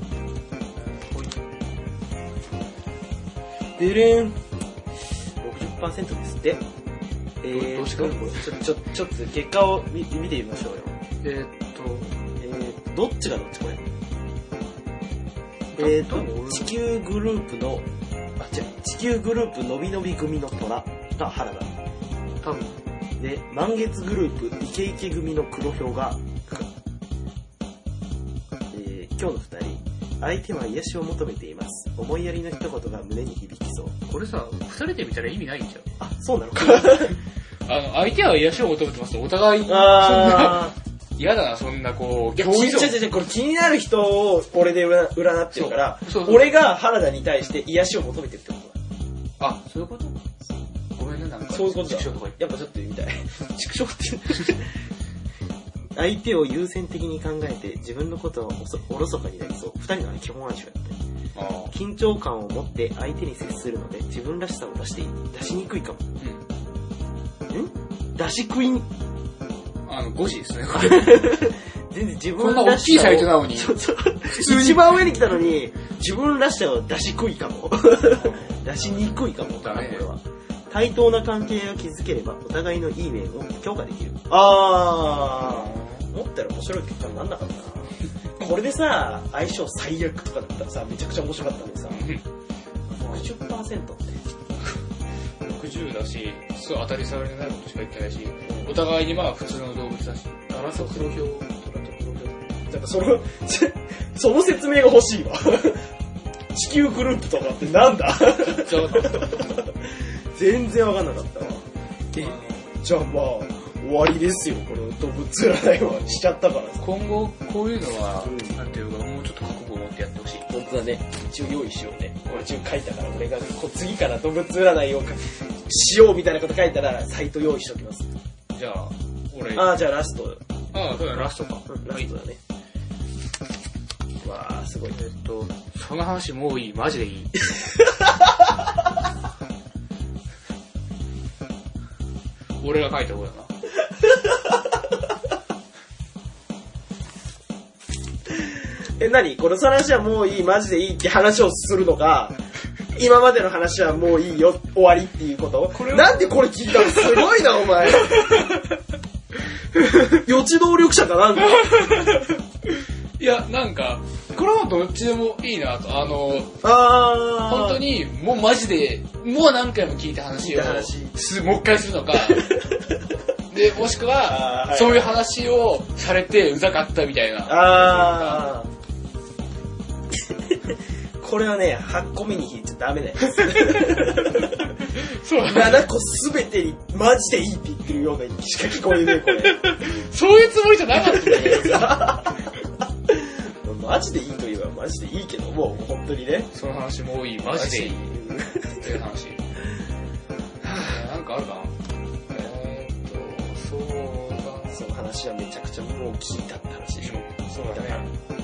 でれん。60% ですって。 どうしてくるの？ ちょっと結果を見てみましょうよ。どっちがどっちこれ。地球グループのびのび組の虎が原田。 多分。 で、満月グループイケイケ組の黒ひょうが、今日の二人。相手は癒しを求めています。思いやりの一言が胸に響きそう。 これさ、二人で見たら意味ないんじゃん。 そうなのか。 相手は癒しを求めてますと、お互い、嫌だな、そんなこう、 これ気になる人を俺で占ってるから、俺が原田に対して癒しを求めてるってことだ。そういうこと？ごめんね、なんか。 そういうことだ。やっぱちょっと言いたい。畜生って。相手を優先的に考えて自分のことをおろそかになりそう。二人の基本暗示があって。緊張感を持って相手に接するので自分らしさを出しにくいかも。出し食いに。 5時ですね。 全然自分らしさを。 こんな大きいサイトなのに。 一番上に来たのに自分らしさを出し食いかも。出しにくいかも。これは。対等な関係を築ければお互いのいい面を強化できる。思ったら面白い結果になんなかったな。これでさ、相性最悪とかだったらさ、めちゃくちゃ面白かったのにさ、60% って。 60だし、すごい当たり障りのないことしか言ってないし、お互いにまあ普通の動物だし。 ガラス黒ひょう、虎と黒ひょう。 なんかその説明が欲しいわ。地球グループとかってなんだ全然わかんなかったわ。じゃあまあ、終わりですよ、この動物占いはしちゃったからさ。 今後、こういうのは、なんていうか、もうちょっと覚悟を持ってやってほしい。 本当だね。一応用意しようね。俺一応書いたから、俺が次から動物占いをしようみたいなこと書いたら、サイト用意しておきます。 じゃあ、俺。 じゃあラスト。 そうだ、ラストか。 ラストだね。わー、すごい。 その話もういい。マジでいい。俺が書いた方だな。 何この話はもういい、マジでいいって話をするのか、今までの話はもういいよ、終わりっていうこと？なんでこれ聞いたの？すごいな、お前。予知能力者かなんか。 いや、なんか、これはどっちでもいいなと。本当に、もうマジで、もう何回も聞いた話を、もう一回するのか、で、もしくは、そういう話をされてうざかったみたいな。 これはね、8個目に引いちゃダメだよ。 そう。 7個すべてにマジでいいって言ってるようなにしか聞こえねえ、これ。 そういうつもりじゃなかったんだけどさ。 マジでいいと言えばマジでいいけど、もう本当にね。 その話もういい、マジでいい。っていう話。なんかあるかな？ その話はめちゃくちゃもう聞いたって話でしょ。 そうだね。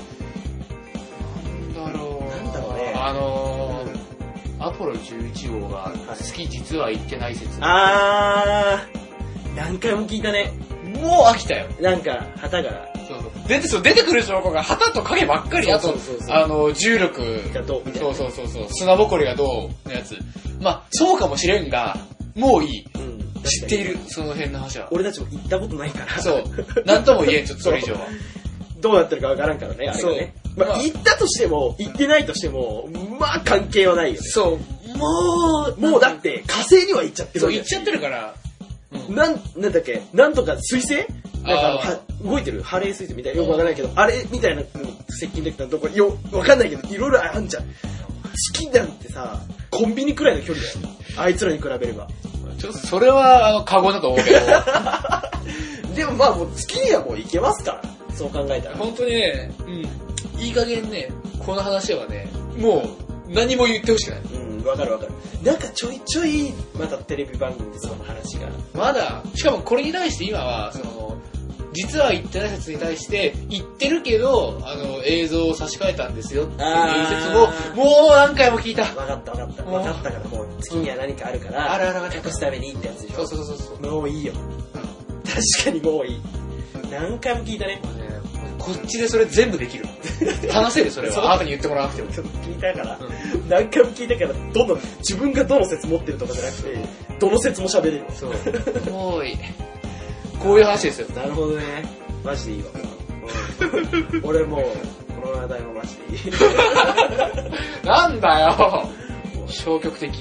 なんだろうね。アポロ11号が月実は行ってない説。 何回も聞いたね。 もう飽きたよ。 なんか、旗が。 出てくる証拠が旗と影ばっかり。あと、重力。 がどうみたいな。 そう。砂ぼこりがどうのやつ。まあ、そうかもしれんが、もういい。知っている、その辺の話は。 俺たちも行ったことないから。 そう。なんとも言えん、ちょっとそれ以上は。 どうなってるかわからんからね、あれがね。まあ、行ったとしても、行ってないとしても、まあ関係はないよね。 そう。 もうだって火星には行っちゃってるわけそう、行っちゃってるから。 なんだっけ、なんとか水星なんか動いてるハレー水星みたいな、よくわからないけど、あれみたいな接近できたとこわかんないけど、いろいろあんじゃん。月なんてさ、コンビニくらいの距離だよ。あいつらに比べれば。 ちょっとそれは過言だと思うけど。 でもまあもう月にはもう行けますから。そう考えたら。 本当にね、いい加減ね、この話はね、もう何も言ってほしくない。 わかる。なんかちょいちょい、またテレビ番組でその話が。 まだ、しかもこれに対して今は、実は言ってない説に対して、言ってるけど、映像を差し替えたんですよっていう説も、もう何回も聞いた。 わかったから、もう月には何かあるから、隠すためにってやつでしょ。 そう。 もういいよ。確かにもういい。何回も聞いたね。 こっちでそれ全部できる。話せる、それは。あなたに言ってもらわなくても。 ちょっと聞いたから、何回も聞いたから、自分がどの説持ってるとかじゃなくて、どの説も喋れる。 そう。もういい。こういう話ですよ。 なるほどね。マジでいいわ。俺もう、この話題もマジでいい。 なんだよ。消極的。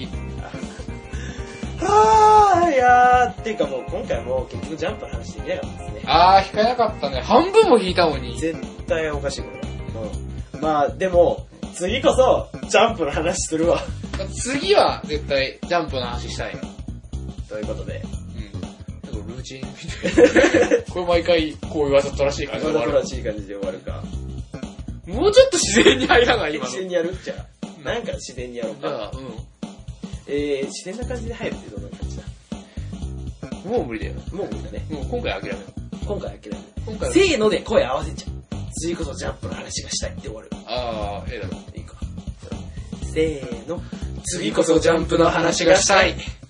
いやっていうかもう今回も結局ジャンプの話できなかったですね。 引かなかったね。半分も引いたのに。 絶対おかしいことだ。まあでも、次こそジャンプの話するわ。 次は絶対ジャンプの話したい。 ということで。 ルーチンみたいな。これ毎回こういうわざとらしい感じで終わる。 わざとらしい感じで終わるか。 もうちょっと自然に入らない今の。 自然にやるっちゃ。なんか自然にやろうか。自然な感じで入るってどんな感じだ？ もう無理だよ。 もう無理だね。 もう今回諦める。 せーので声合わせちゃう。次こそジャンプの話がしたいって終わる。 だろ。いいか。 せーの。 次こそジャンプの話がしたい。